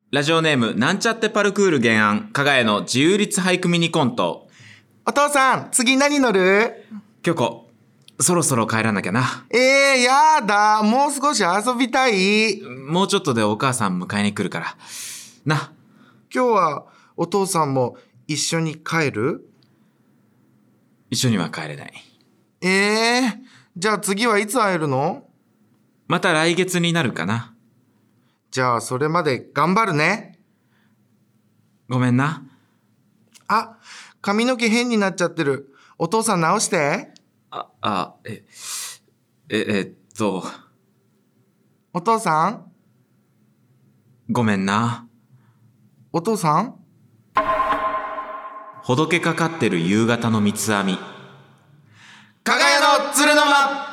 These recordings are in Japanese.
ラジオネームなんちゃってパルクール原案加賀屋の自由律俳句ミニコント。 お父さん、次何乗る？ 京子、そろそろ帰らなきゃな。 やだ。もう少し遊びたい。 もうちょっとでお母さん迎えに来るからな。 今日はお父さんも一緒に帰る？ 一緒には帰れない。 じゃあ次はいつ会えるの？ また来月になるかな。 じゃあそれまで頑張るね。 ごめんな。 あ、髪の毛変になっちゃってる。お父さん直して。お父さん？ ごめんな。 お父さん？ ほどけかかってる夕方の三つ編み。 加賀屋の鶴の間。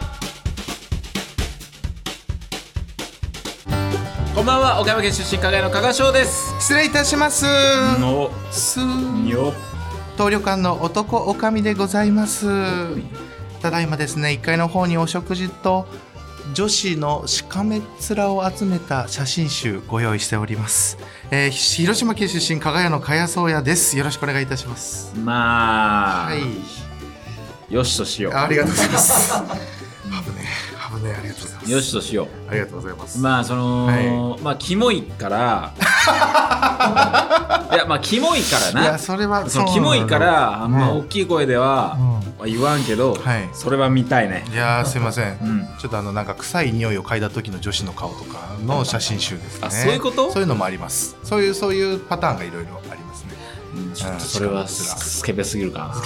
こんばんは、岡山県出身加賀屋の加賀翔です。 失礼いたします。 のすよ当旅館の男おかみでございます。ただいまですね、1階の方にお食事と女子のしかめっ面を集めた写真集ご用意しております。広島県出身加賀屋の加谷宗也です。よろしくお願いいたします。 まあ、 はい、 よしとしよう。 ありがとうございます危ねえ、ありがとうございます。 よしとしよう。 ありがとうございます。 まあはいまあキモいからいやまあキモいからな。 いや、それはそのキモいからあんまうん大きい声では言わんけど、 はいそれは見たいね。 いや、すいません、 んちょっとなんか臭い匂いを嗅いだ時の女子の顔とかの写真集ですね。 あ、そういうこと？ そういうのもあります。そういうパターンがいろいろありますね。 ちょっとそれはスケベすぎるか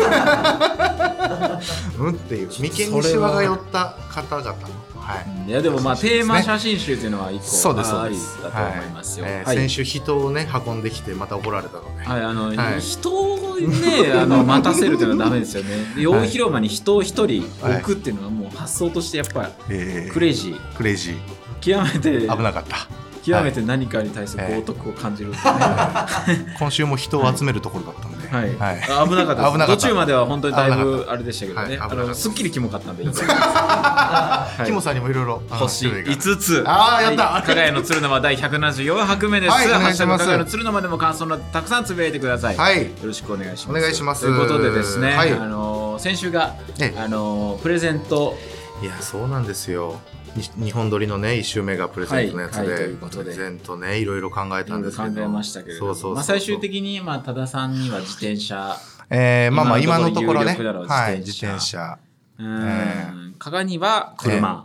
うんっていう眉間にシワが寄った方々の、はい、 いやでもまあテーマ写真集っていうのは一個ありだと思いますよ。 先週人をね運んできてまた怒られたので、 はい人をね待たせるっていうのはダメですよね。大広間に人を一人置くっていうのはもう発想としてやっぱりクレイジー、極めて危なかった。 極めて何かに対する冒涜を感じる、 今週も人を集めるところだったので、 危なかったです。途中までは本当にだいぶあれでしたけどね、すっきりキモかったんでキモさんにもいろいろ星5つ。 やった。 加賀屋の鶴の間第174拍目です。ハッシュタグ加賀屋の鶴の間でも感想のたくさんつぶやいてください。よろしくお願いします。 お願いします。 ということでですね、先週がプレゼント。 いや、そうなんですよ。2本撮りのね1週目がプレゼントのやつで、プレゼントねいろいろ考えたんですけど、 考えましたけれども、最終的に多田さんには自転車、 今のところね、 自転車、加賀には車、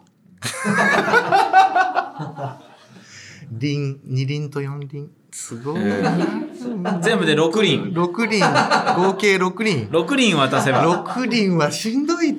2輪と4輪、すごい、 全部で6輪合計6輪渡せば。 6輪はしんどいって、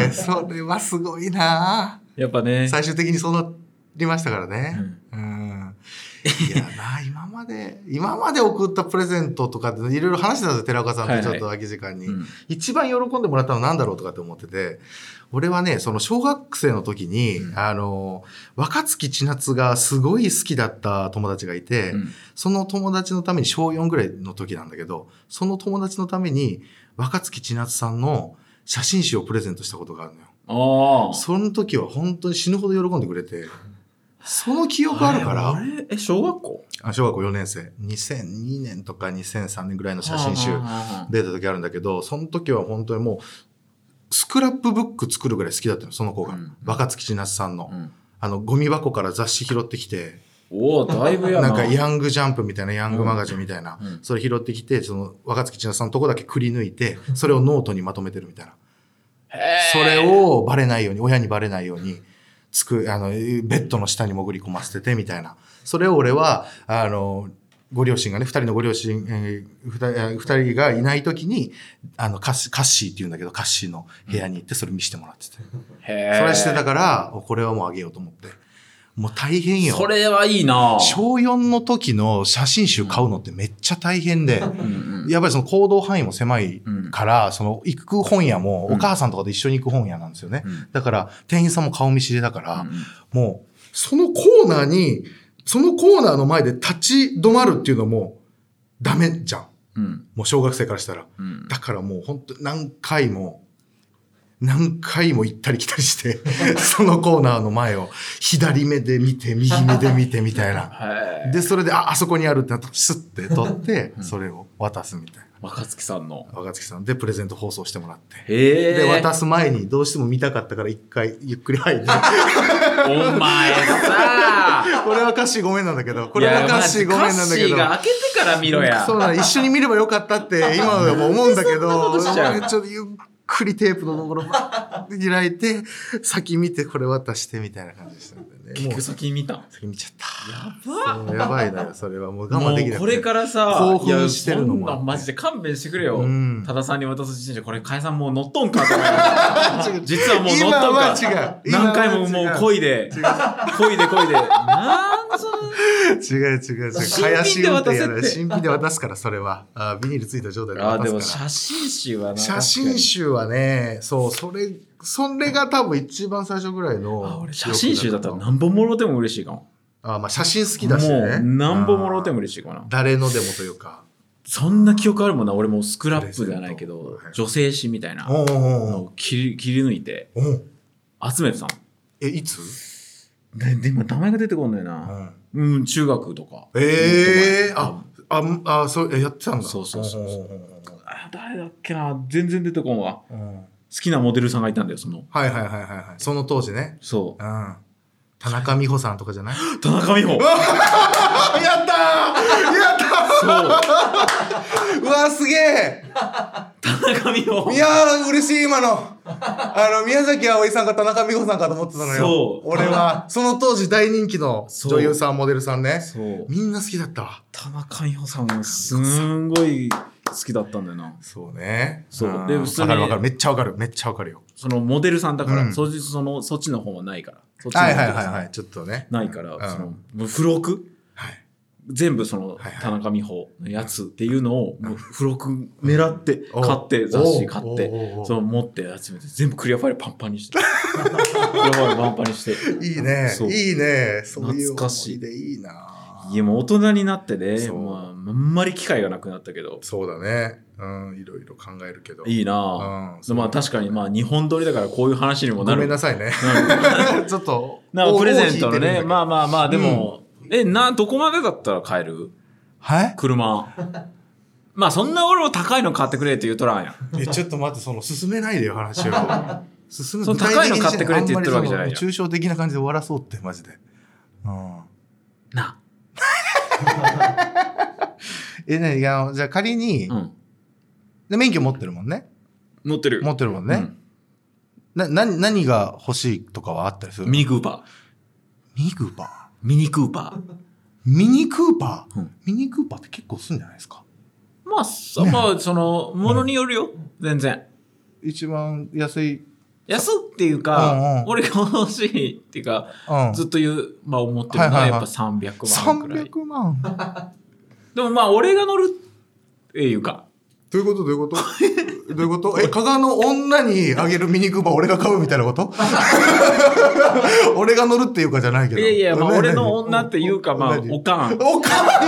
それはすごいな。 やっぱね、 最終的にそうなりましたからね。いやな、今まで送ったプレゼントとかっていろいろ話してたんですよ、寺岡さんとちょっと空き時間に、一番喜んでもらったのは何だろうとかって思ってて、俺はね、その小学生の時に、若槻千夏がすごい好きだった友達がいて、その友達のために小4ぐらいの時なんだけど、その友達のために若槻千夏さんの写真集をプレゼントしたことがあるのよ。その時は本当に死ぬほど喜んでくれて、その記憶あるから。 小学校 4年生。2002年とか2003年ぐらいの写真集出た時あるんだけど、その時は本当にもう、スクラップブック作るぐらい好きだったの、その子が。若槻千夏さんの。ゴミ箱から雑誌拾ってきて、 だいぶやな。 なんかヤングジャンプみたいな、ヤングマガジンみたいな、それ拾ってきて、その若槻千夏さんのとこだけくり抜いて、それをノートにまとめてるみたいな。それをバレないように、親にバレないように、ベッドの下に潜り込ませててみたいな。それを俺は、ご両親がね、二人のご両親、二人がいない時に、カッシーって言うんだけど、カッシーの部屋に行ってそれ見せてもらってて。それしてたから、これはもうあげようと思って。もう大変よ。 それはいいな。 小4の時の写真集買うのってめっちゃ大変で、やっぱりその行動範囲も狭いから、その行く本屋もお母さんとかと一緒に行く本屋なんですよね。だから店員さんも顔見知りだから、もうそのコーナーの前で立ち止まるっていうのもダメじゃん。もう小学生からしたら。だからもう本当何回も何回も行ったり来たりして、そのコーナーの前を左目で見て、右目で見てみたいな。で、それで、あそこにあるってなったら、スッて取って、それを渡すみたいな。 若月さんの。 若月さんでプレゼント放送してもらって。 で、 渡す前にどうしても見たかったから一回ゆっくり入って。 お前さこれは歌詞ごめんなんだけど、これは歌詞ごめんなんだけど。 歌詞が開けてから見ろや。 そうだ、一緒に見ればよかったって今でも思うんだけど、ちょっとゆっくりテープのところ開いて、先見てこれ渡してみたいな感じでしたんだよね。 結局先見た。 先見ちゃった。 やばやばいなよ、それはもう我慢できない。 これからさ、 興奮してるのも。 いや、そんなマジで勘弁してくれよ。多田さんに渡す自転車、これ、かえさんもう乗っとんかと思う。実はもう乗っとんか。 今は違う。 何回ももう漕いで。漕いで。なんそ違う。 新品で渡せって。 新品で渡すから、それは。ビニールついた状態で渡すから。 でも写真集は写真集はね、そう、それが多分一番最初ぐらいの。 俺写真集だったら何本もろても嬉しいかも。 まあ写真好きだしね。もう何本もろても嬉しいかな。 誰のでもというか。 そんな記憶あるもんな。俺もスクラップじゃないけど、女性誌みたいなのを切り抜いて集めてたの。 いつ？ で今名前が出てこんのよな。中学とか。 そうやってたんだ。 そう。誰だっけな、全然出てこんわ。好きなモデルさんがいたんだよ、その。 はい。その当時ね。 そう。 田中美穂さんとかじゃない？ 田中美穂。 やったそう。うわ、すげえ。 田中美穂。 いやー、嬉しい、今の。宮崎あおいさんが田中美穂さんかと思ってたのよ。 そう。 俺は、その当時大人気の女優さん、モデルさんね。 そう。 みんな好きだったわ。 田中美穂さんもすんごい好きだったんだよな。 そうね。 そう。で、 わかる。めっちゃわかるよ。 そのモデルさんだから、そっちの方はないから。 はい。ちょっとね。 ないから、付録全部その田中美穂のやつっていうのを付録狙って買って雑誌買ってその持って集めて全部クリアファイルパンパンにしてクリアファイルパンパンにしていいねいいね懐かしいでいいないやもう大人になってねあんまり機会がなくなったけどそうだねいろいろ考えるけどいいなまあ確かにまあ2本撮りだからこういう話にもなるごめんなさいねちょっとプレゼントのねまあでもどこまでだったら買える？ はい車。まあそんな俺も高いの買ってくれって言うとらんやん。 ちょっと待って、進めないでよ、話を。 進む。高いの買ってくれって言ってるわけじゃないやん。 抽象的な感じで終わらそうって、マジで。 な。 じゃあ仮に、免許持ってるもんね。 持ってるもんね。何が欲しいとかはあったりする？ ミニクーパー。ミニクーパーって結構するんじゃないですか？まあそのものによるよ、全然。 一番安っていうか、俺が欲しいっていうか、ずっと思ってるのはやっぱ300万くらい。 300万。 でもまあ俺が乗るっていうか。 どういうこと加賀の女にあげるミニクーパー俺が買うみたいなこと俺が乗るっていうかじゃないけど。 いや、まあ俺の女っていうか、まあおかん。 お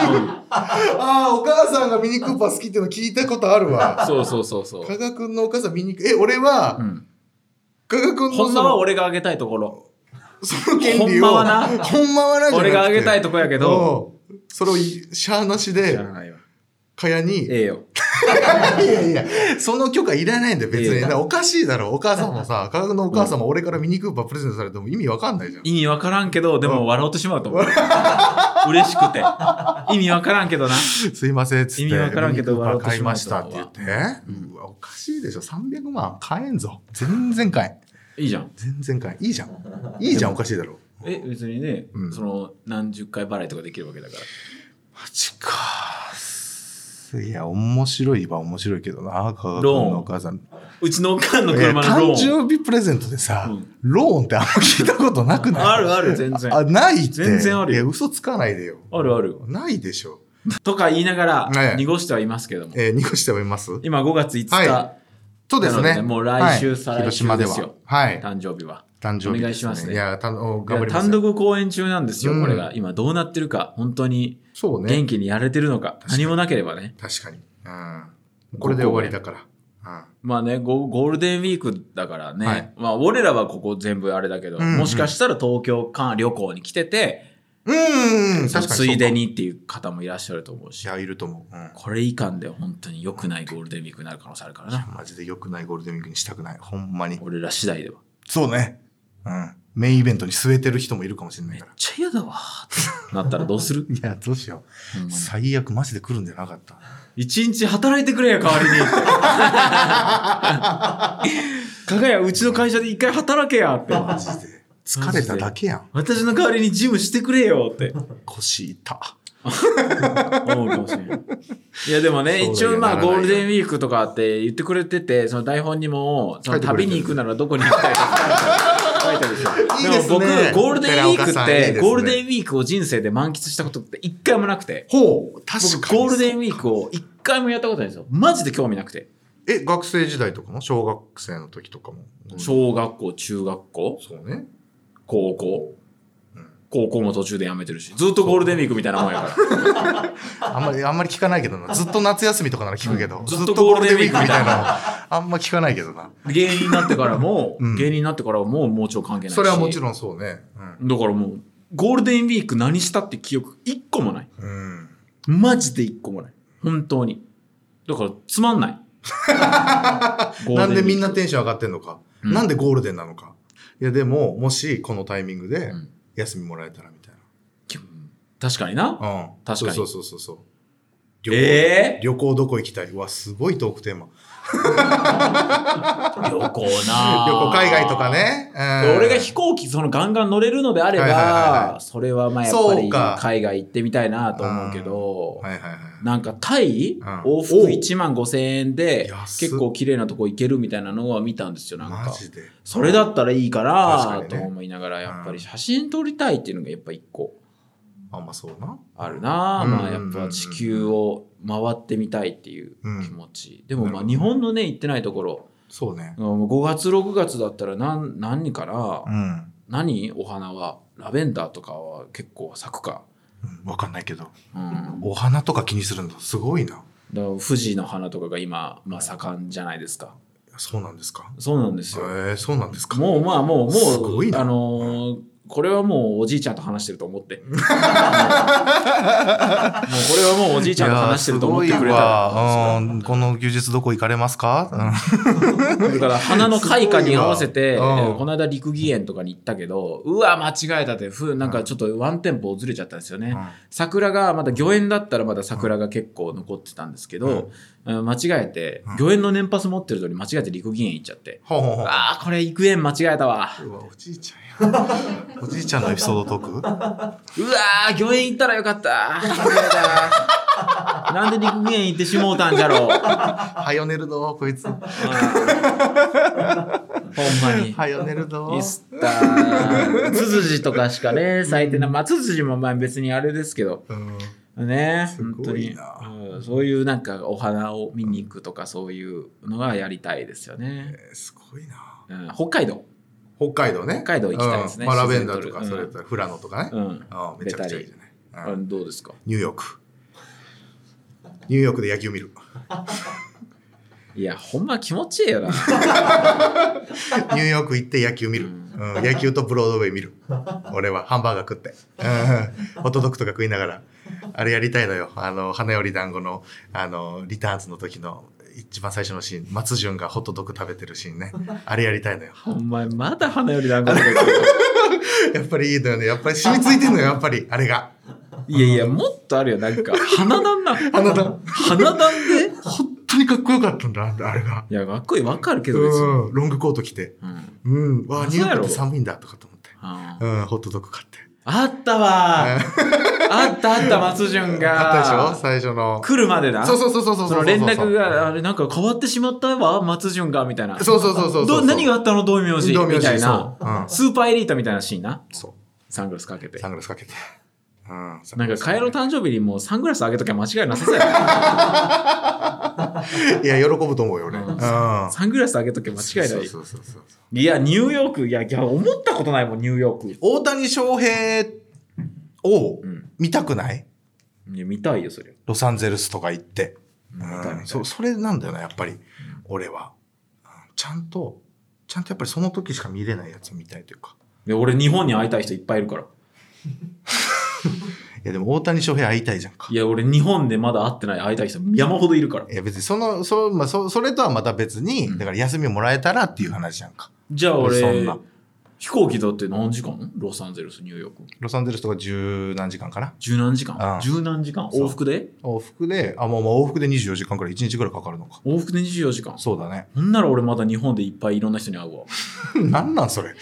母さんがミニクーパー好きっていうの聞いたことあるわ。 そう。 加賀くんのお母さんミニクーパー、俺は、加賀くんのほんまは俺があげたいところ。 その権利を。ほんまはな。 俺があげたいとこやけど。 それをしゃーなしで。かやに。 ええよ。 いや、その許可いらないんだよ、別に。おかしいだろ、お母さんもさ、加賀のお母さんも俺からミニクーパープレゼントされても意味わかんないじゃん。 意味わからんけど、でも笑ってしまうと思う。嬉しくて。意味わからんけどな。 すいません、つって。 意味わからんけど笑ってしまう。 買いましたって言って。おかしいでしょ、300万買えんぞ。全然買えん。 いいじゃん。 全然買えん。いいじゃん、おかしいだろ。 別にね、何十回払いとかできるわけだから。 マジか。いや、面白いけどな、加賀君のお母さん。 うちのおかんの車のローン。 誕生日プレゼントでさ、ローンってあんま聞いたことなくない？ ある、全然。 ないって。 全然あるよ。 いや、嘘つかないでよ。 ある。 ないでしょ。 とか言いながら、濁してはいますけども。 濁してはいます？ 今5月5日。 そうですね。 もう来週、再来週広島では。 誕生日は。お願いしますね。 いや、頑張ります。 単独公演中なんですよ、これが。今どうなってるか、本当に元気にやれてるのか、何もなければね。 確かに。これで終わりだから。 まあねゴールデンウィークだからね、まあ俺らはここ全部あれだけど、もしかしたら東京旅行に来てて、確かについでにっていう方もいらっしゃると思うし。 いや、いると思う。 これ以下で本当に良くないゴールデンウィークになる可能性あるからな。 マジで良くないゴールデンウィークにしたくない。ほんまに。 俺ら次第では。 そうね。メインイベントに据えてる人もいるかもしれないから。 めっちゃ嫌だわってなったらどうする？ いや、どうしよう。最悪マジで来るんじゃなかった。 一日働いてくれよ、代わりにって。かがや、うちの会社で一回働けやって。 マジで。疲れただけやん。 私の代わりにジムしてくれよって。 腰痛。 思うかもしれない。いやでもね、一応まあゴールデンウィークとかって言ってくれてて、その台本にも、その旅に行くならどこに行きたいか書いてあるでしょ。 いいですね。 でも僕、ゴールデンウィークって、ゴールデンウィークを人生で満喫したことって一回もなくて。 ほう、確かに。 ゴールデンウィークを一回もやったことないんですよ。マジで興味なくて。 学生時代とかも小学生の時とかも小学校、中学校そうね。 高校高校も途中で辞めてるし、ずっとゴールデンウィークみたいなもんやから。 あんまり聞かないけどな。ずっと夏休みとかなら聞くけど、 ずっとゴールデンウィークみたいな。 あんま聞かないけどな。 芸人になってからも、もちろん関係ないし。 それはもちろんそうね。 だからもう、ゴールデンウィーク何したって記憶一個もない。マジで一個もない。本当に。だからつまんない。 なんでみんなテンション上がってんのか。なんでゴールデンなのか。いやでも、もしこのタイミングで休みもらえたらみたいな。 確かにな。確かに。 そう。旅行どこ行きたい？うわ、すごいトークテーマ。 旅行な。 旅行海外とかね。 俺が飛行機ガンガン乗れるのであれば、それはまあやっぱり海外行ってみたいなと思うけど、なんかタイ往復1万5,000円で結構綺麗なとこ行けるみたいなのは見たんですよ。なんかそれだったらいいからと思いながら、やっぱり写真撮りたいっていうのがやっぱ一個そうな。 あるな。まあやっぱ地球を回ってみたいっていう気持ち。でもまあ日本のね行ってないところ。 そうね。 5月6月だったら何から、何お花はラベンダーとかは結構咲くか。 わかんないけど。お花とか気にするのすごいな。 だから富士の花とかが今まあ盛んじゃないですか。 そうなんですか。 そうなんですよ。 そうなんですか。 もうすごいな。 これはもうおじいちゃんと話してると思って。もうこれはもうおじいちゃんと話してると思ってくれたら。 この休日どこ行かれますか？ だから花の開花に合わせて、この間陸義園とかに行ったけど、うわ、間違えたって、なんかちょっとワンテンポずれちゃったんですよね。桜が、まだ御苑だったらまだ桜が結構残ってたんですけど、間違えて、御苑の年パス持ってるのに間違えて陸義園行っちゃって。ああ、これ陸園間違えたわ。 うわ、おじいちゃんや。おじいちゃんのエピソードトーク？ うわー、御苑行ったらよかった。なんで陸義園行ってしもうたんじゃろう。 はよ寝るぞ、こいつ。ほんまに。 はよ寝るぞ。 いすったー。ツツジとかしかね、咲いてない。まあ、ツツジもまあ別にあれですけど。ね、本当に。そういうなんかお花を見に行くとかそういうのがやりたいですよね。 すごいな。 北海道。 北海道ね。 北海道行きたいですね。 ラベンダーとか、それと富良野とかね。めちゃくちゃいいじゃない。 どうですか？ ニューヨーク。ニューヨークで野球見る。 いや、ほんま気持ちいいよな。 ニューヨーク行って野球見る。野球とブロードウェイ見る。俺はハンバーガー食って。ホットドッグとか食いながら。あれやりたいのよ。花より団子の、リターンズの時の一番最初のシーン、松潤がホットドッグ食べてるシーンね。あれやりたいのよ。 お前まだ花より団子とか言ってる。やっぱりいいのよね。やっぱり染みついてんのよ、やっぱり。あれが。 いやいや、もっとあるよ。なんか、花壇な。 花壇で本当にかっこよかったんだ、あれが。 いや、かっこいい。わかるけど別に。 ロングコート着て。わあ、ニューヨークって寒いんだとかと思って。ホットドッグ買って。 あったわあった松潤が。 あったでしょ最初の。 来るまでな。 そう。 その連絡が、あれなんか変わってしまったわ、松潤が、みたいな。 そう。 何があったの道明寺みたいな。スーパーエリートみたいなシーンな。そう。サングラスかけて。なんか、カエル誕生日にもうサングラスあげときゃ間違いなさそうや。 いや、喜ぶと思うよ、俺。 サングラスあげときゃ間違いない。いや、ニューヨーク、いや、思ったことないもん、ニューヨーク。 大谷翔平を見たくない？ いや、見たいよ、それ。 ロサンゼルスとか行って。それなんだよな、やっぱり。 俺は。ちゃんとやっぱりその時しか見れないやつ見たいというか。 俺日本に会いたい人いっぱいいるから。いやでも大谷翔平会いたいじゃんか。 いや俺日本でまだ会ってない会いたい人山ほどいるから。 いや別にそれとはまた別に、だから休みもらえたらっていう話じゃんか。 じゃあ俺飛行機だって何時間？ロサンゼルス、ニューヨーク。 ロサンゼルスとか10何時間かな。 10何時間、10何時間往復でもう往復で24時間くらい1日くらいかかるのか。 往復で24時間。 そうだね。 ほんなら俺まだ日本でいっぱいいろんな人に会うわ。 なんなんそれ。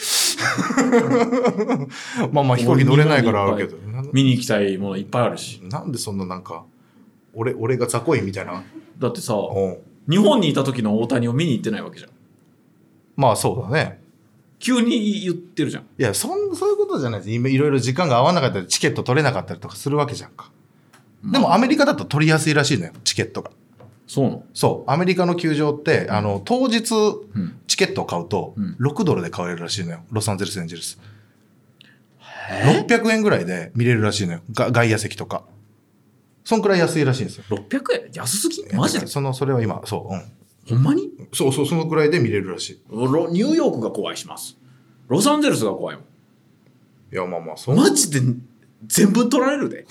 まあ飛行機乗れないからあるけど。 見に行きたいものいっぱいあるし。 なんでそんななんか、俺が雑魚いみたいな。 だってさ、日本にいた時の大谷を見に行ってないわけじゃん。 まあそうだね。 急に言ってるじゃん。いや、そういうことじゃないです。いろいろ時間が合わなかったり、チケット取れなかったりとかするわけじゃんか。でもアメリカだと取りやすいらしいのよ、チケットが。 そうなの？ そう。アメリカの球場って、当日、チケットを買うと、6ドルで買えるらしいのよ。ロサンゼルス、エンジェルス。600円ぐらいで見れるらしいのよ。外野席とか。そんくらい安いらしいんですよ。 600円？安すぎ？マジで？ それは今、そう。 ほんまに？ そう、そのくらいで見れるらしい。 ニューヨークが怖いします。ロサンゼルスが怖いもん。 いや、まあそう。 マジで全部取られるで。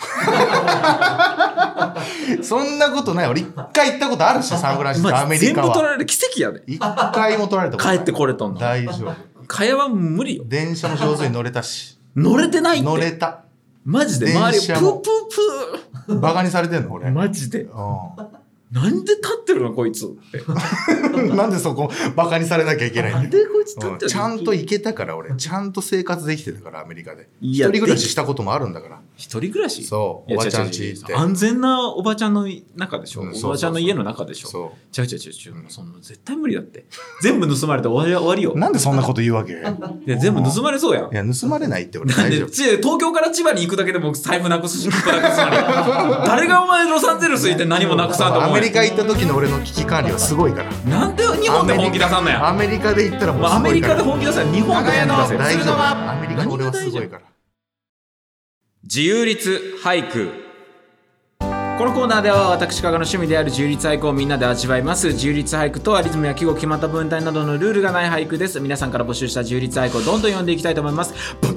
そんなことない。俺一回行ったことあるし、サンフランシスコ、アメリカは。 全部取られる奇跡やで。 一回も取られたことない。帰ってこれとんの。 大丈夫。 会話無理よ。 電車も上手に乗れたし。 乗れてないって。 乗れた。 マジで周りプープープー。バカにされてんの俺。 マジで。なんで立ってるのこいつって。 なんでそこバカにされなきゃいけないんだよ。 なんでこいつ立ってるの？ ちゃんと行けたから俺。ちゃんと生活できてたからアメリカで。一人暮らししたこともあるんだから。 一人暮らし？ そう。おばちゃん家行って。 安全なおばちゃんの中でしょ？おばちゃんの家の中でしょ？ そう。 違う。そんな絶対無理だって。全部盗まれて終わりよ。 なんでそんなこと言うわけ？いや全部盗まれそうやん。 いや盗まれないって俺大丈夫。東京から千葉に行くだけでも財布なくすし、切符なくすのに。誰がお前ロサンゼルス行って何もなくさんと思う。 アメリカ行った時の俺の危機管理はすごいから。 なんで日本で本気出さんのや。 アメリカで行ったらもうすごいから。 アメリカで本気出さん、日本で本気出せ。 大丈夫。アメリカの俺はすごいから。 自由律俳句。このコーナーでは私加賀の趣味である自由律俳句をみんなで味わいます。自由律俳句とはリズムや記号、決まった文体などのルールがない俳句です。皆さんから募集した自由律俳句をどんどん読んでいきたいと思います。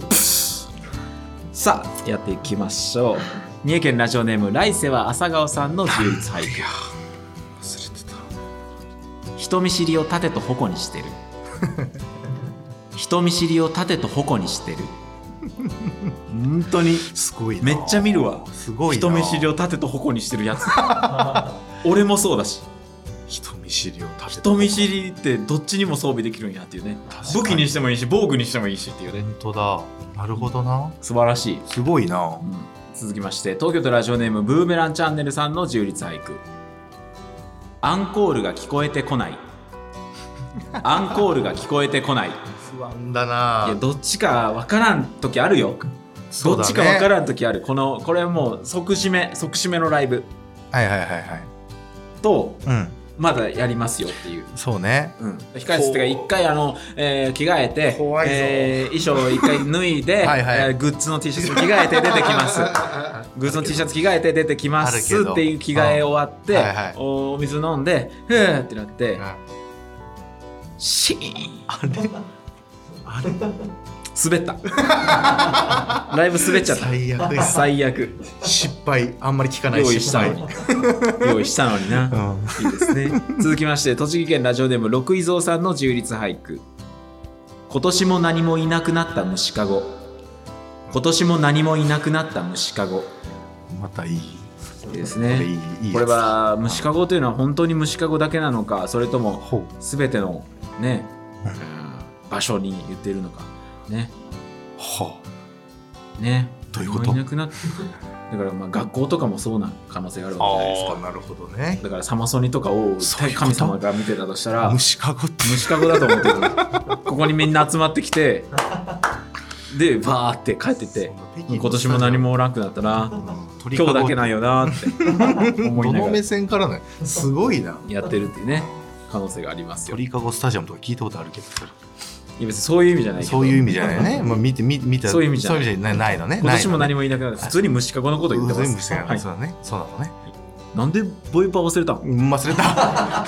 さあやっていきましょう。三重県ラジオネーム来世は朝顔さんの自由律俳句。 忘れてた。 人見知りを盾と矛にしてる。人見知りを盾と矛にしてる。本当にすごいな。 めっちゃ見るわ。 すごいな。 人見知りを盾と矛にしてるやつ。俺もそうだし。 人見知りを盾と。人見知りってどっちにも装備できるんやっていうね。武器にしてもいいし防具にしてもいいしっていうね。 本当だ。なるほどな。 素晴らしい。 すごいな。 続きまして東京都ラジオネームブーメランチャンネルさんの自由律俳句。アンコールが聞こえてこない。アンコールが聞こえてこない。 不安だな。 いやどっちか分からん時あるよ。どっちか分からん時ある。これはもう即締めのライブ。 はいと、まだやりますよっていう。 そうね。 控室が一回着替えて、衣装を一回脱いでグッズの T シャツに着替えて出てきます。グッズの T シャツ着替えて出てきますっていう着替え終わってお水飲んでふーってなってシーンあれ滑ったライブ滑っちゃった。最悪。 失敗。あんまり聞かない用意したのにな、いいですね。続きまして栃木県ラジオネーム六井蔵さんの自由律俳句。今年も何もいなくなった虫かご。今年も何もいなくなった虫かご。 またいいですね。これは虫かごというのは本当に虫かごだけなのか、それとも全てのね、場所に言っているのかね。ね。 どういうこと？ いなくなってだから学校とかもそうな可能性があるわけじゃないですか。 なるほどね。 だからサマソニとかを神様が見てたとしたら虫かごだと思ってる。ここにみんな集まってきてでバーって帰ってて今年も何もおらんくなったな、今日だけなんよなって思いながらどの目線からね、すごいな。 やってるっていうね可能性がありますよ。 鳥かごスタジアムとか聞いたことあるけど、 いや別にそういう意味じゃないけど。 そういう意味じゃないね。まあ見たそういう意味じゃないのね。 今年も何もいなくなる。普通に虫かごのこと言ってます。 そうだね。そうなのね。 なんでボイパ忘れたん？ 忘れた。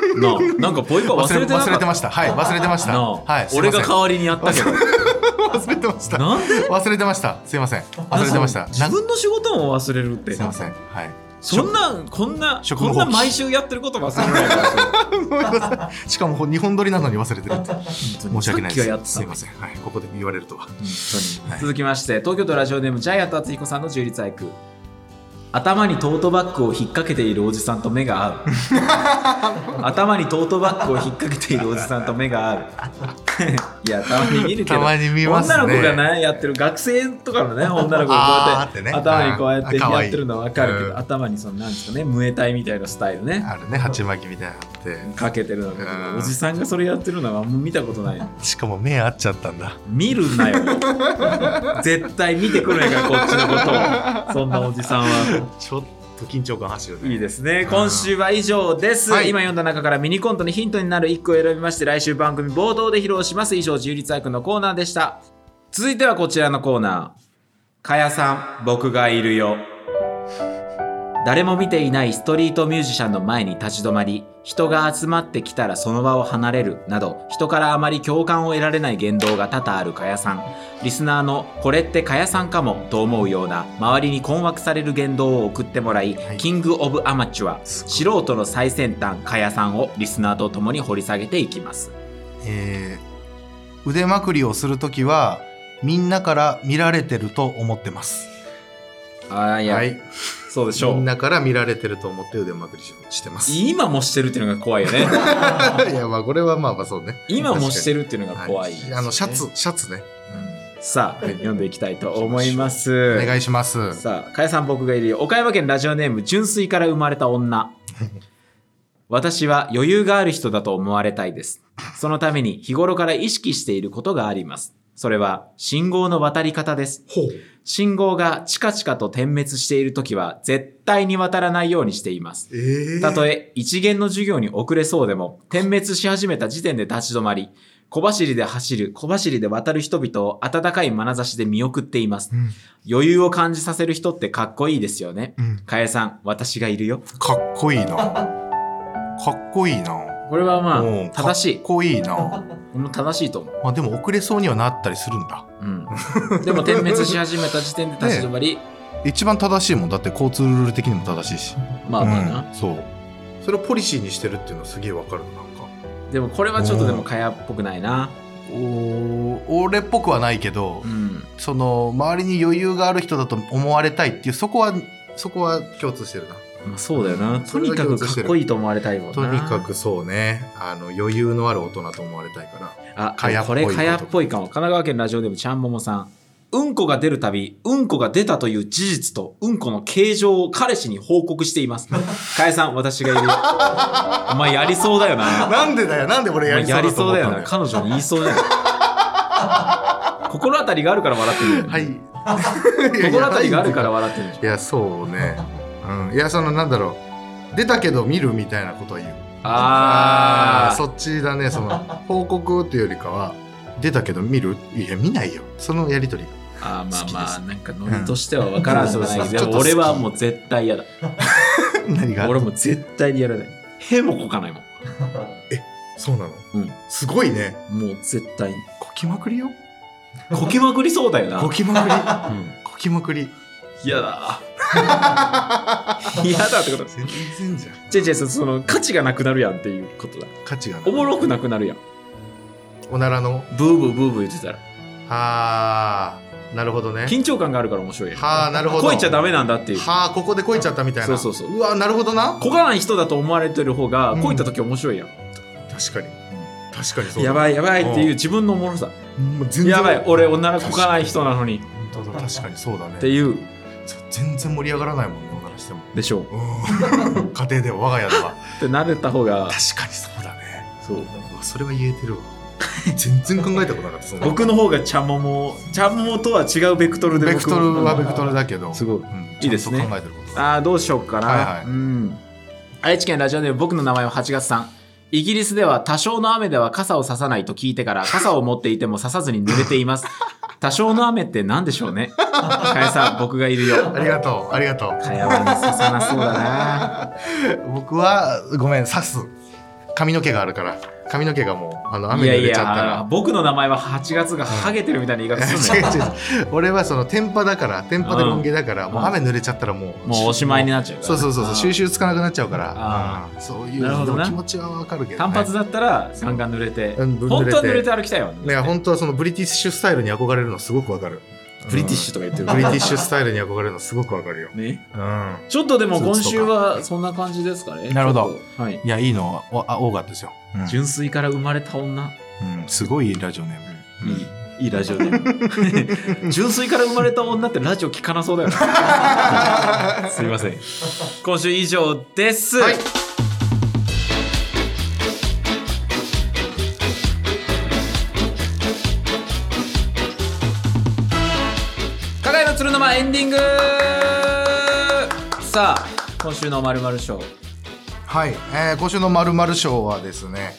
なんかポイパ忘れてなかった。 忘れてました。はい、忘れてました。はい、 俺が代わりにやったけど忘れてました。 なんで忘れてました。すいません、忘れてました。 自分の仕事も忘れるって。 すいません。はい。 こんな毎週やってること忘れないからしかも2本撮りなのに忘れてるって申し訳ないです。 すいません。はい、ここで言われるとは。 続きまして東京都ラジオネームジャイアント厚彦さんの充実俳句。頭にトートバッグを引っ掛けているおじさんと目が合う頭にトートバッグを引っ掛けているおじさんと目が合ういやたまに見るけど、 たまに見ますね。 女の子がねやってる、学生とかのね女の子がこうやって、ね、頭にこうやってやってるのは分かるけど、頭にそのなんですかね、ムエタイみたいなスタイルね、 あるね、鉢巻きみたいなのってかけてるのが、おじさんがそれやってるのはもう見たことない。 しかも目合っちゃったんだ。 見るなよ絶対見てくれないからこっちのことをそんなおじさんはちょっと緊張感走るね。 いいですね。今週は以上です、はい、今読んだ中からミニコントにヒントになる1句を選びまして、来週番組冒頭で披露します。以上、自由律俳句のコーナーでした。続いてはこちらのコーナー。かやさん、僕がいるよ。誰も見ていないストリートミュージシャンの前に立ち止まり、人が集まってきたらその場を離れるなど、人からあまり共感を得られない言動が多々あるかやさん。リスナーのこれってかやさんかもと思うような周りに困惑される言動を送ってもらい、はい、キングオブアマチュア、素人の最先端かやさんをリスナーとともに掘り下げていきます。 腕まくりをするときはみんなから見られてると思ってます。 はい、そうでしょう。 みんなから見られてると思って腕まくりしてます。 今もしてるっていうのが怖いよねいやまあこれはまあそうね、 今もしてるっていうのが怖い、ね、 はい、シャツね、 さあ読んでいきたいと思います。 お願いします。 さあ、かやさん、僕がいるよ。岡山県ラジオネーム純粋から生まれた女私は余裕がある人だと思われたいです。そのために日頃から意識していることがあります。それは信号の渡り方です。信号がチカチカと点滅しているときは絶対に渡らないようにしています。たとえ一限の授業に遅れそうでも、点滅し始めた時点で立ち止まり、小走りで渡る人々を温かい眼差しで見送っています。余裕を感じさせる人ってかっこいいですよね。かやさん、私がいるよ。 かっこいいな。かっこいいな。 これはまあ正しい。 かっこいいな。 正しいと思う。 まあでも遅れそうにはなったりするんだ。 でも点滅し始めた時点で立ち止まり、 一番正しいもんだって、交通ルール的にも正しいし。 まあな、 そう。それをポリシーにしてるっていうのはすげえわかるな。なんかでもこれはちょっとでもかやっぽくないな。 俺っぽくはないけど、その周りに余裕がある人だと思われたいっていう、そこは共通してるな。 まあ、そうだよな。とにかくかっこいいと思われたいもんな。 とにかくそうね、余裕のある大人と思われたいから。 これかやっぽいかも。神奈川県ラジオネームちゃんももさん。うんこが出るたび、うんこが出たという事実とうんこの形状を彼氏に報告しています。かやさん、私がいるよ。お前やりそうだよな。 なんでだよ。なんで俺やりそうだと思ったんだよ。 やりそうだよな。彼女に言いそうだよ。心当たりがあるから笑ってるよ。はい。心当たりがあるから笑ってる。 いや、そうね。いや、なんだろう、出たけど見るみたいなことは言う。そっちだね。その報告っていうよりかは、出たけど見る？いや、見ないよ。そのやりとり。 まあなんかノリとしては分からんじゃないけど、俺はもう絶対嫌だ。 何が？ 俺も絶対にやらない。へもこかないもん。 そうなの？すごいね。 もう絶対にこきまくりよ。 こきまくりそうだよな。 こきまくり。こきまくり。 嫌だ。嫌だってこと。 全然じゃん。 その価値がなくなるやんっていうことだ。 価値がおもろくなくなるやん。 おならのブーブーブーブー言ってたら。 なるほどね。 緊張感があるから面白い。 なるほど。 こいちゃダメなんだっていう。 ここでこいちゃったみたいな。 そう。 うわ、なるほどな。 こがない人だと思われてる方が、こいた時面白いやん。 確かにそう。 やばいっていう自分のおもろさ。やばい、俺おならこかない人なのに。 本当だ、確かにそうだね。 っていう。 全然盛り上がらないもんね、おならしても。 でしょう。 家庭では、我が家では。 って慣れた方が。 確かにそうだね。 そう。 それは言えてるわ。全然考えたことなかった。 僕の方がちゃんももとは違うベクトルで。 ベクトルはベクトルだけど。 すごい。いいですね。 考えてること。 どうしようかな。愛知県ラジオネーム、僕の名前は8月さん。イギリスでは多少の雨では傘を差さないと聞いてから、傘を持っていても差さずに濡れています。多少の雨って何でしょうね。かやさん、僕がいるよ。 ありがとう。かやはね、差さなそうだな。僕はごめん、差す。 髪の毛があるから、髪の毛がもう雨に濡れちゃったら。いやいや、 僕の名前は8月がハゲてるみたいな言い方するの。 違う俺はその天パだから、天パでロン毛だから、もう雨濡れちゃったらもうおしまいになっちゃうから。 そう収集つかなくなっちゃうから、そういう気持ちはわかるけど、 単発だったらガンガン濡れて、本当は濡れて歩きたいよね。 いや本当はそのブリティッシュスタイルに憧れるのすごくわかる。 ブリティッシュとか言ってる。 ブリティッシュスタイルに憧れるのすごくわかるよ。 ね。ちょっとでも今週はそんな感じですかね。 なるほど。はい。いやいいの多かったですよ。 純粋から生まれた女。 すごいいいラジオネーム。 いいラジオネーム。純粋から生まれた女ってラジオ聞かなそうだよね。すいません。今週以上です。はい。鶴の間エンディング。さあ今週の〇〇賞。 はい、今週の〇〇賞はですね、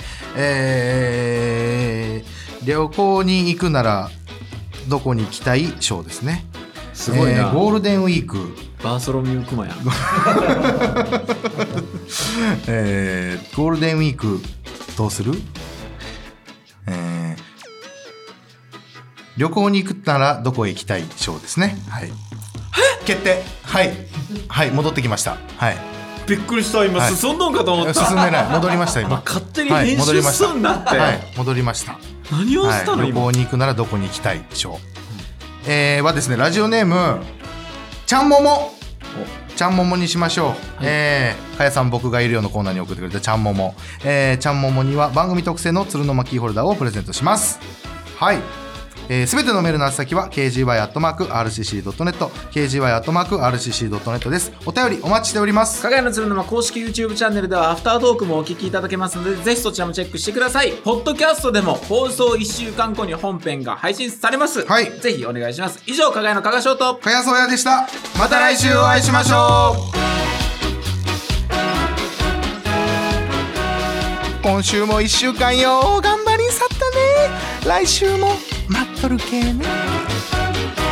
旅行に行くならどこに行きたい賞ですね。 すごいな、 ゴールデンウィーク。 バーソロミュークマやゴールデンウィークどうする？旅行に行くならどこへ行きたい賞ですね。はい。決定。はいはい戻ってきました。はい。 びっくりした。今進んどんかと思った。 進んでない。戻りました今。 勝手に編集すんなって。 はい戻りました。 何をしたの？ 旅行に行くならどこに行きたい賞。はですねラジオネームちゃんもも。ちゃんももにしましょう。かやさん僕がいるよのコーナーに送ってくれたちゃんもも。ちゃんももには番組特製の鶴の巻キーホルダーをプレゼントします。はい。すべてのメールの宛先は kgy@rcc.net kgy@rcc.net です。お便りお待ちしております。 かがやの鶴の間公式 YouTube チャンネルではアフタートークもお聞きいただけますので、ぜひそちらもチェックしてください。ポッドキャストでも放送1週間後に本編が配信されます。はい、ぜひお願いします。以上、かがやのかがしょうとかやそうやでした。また来週お会いしましょう。今週も1週間よ頑張りんさったね。来週も待っとるけね。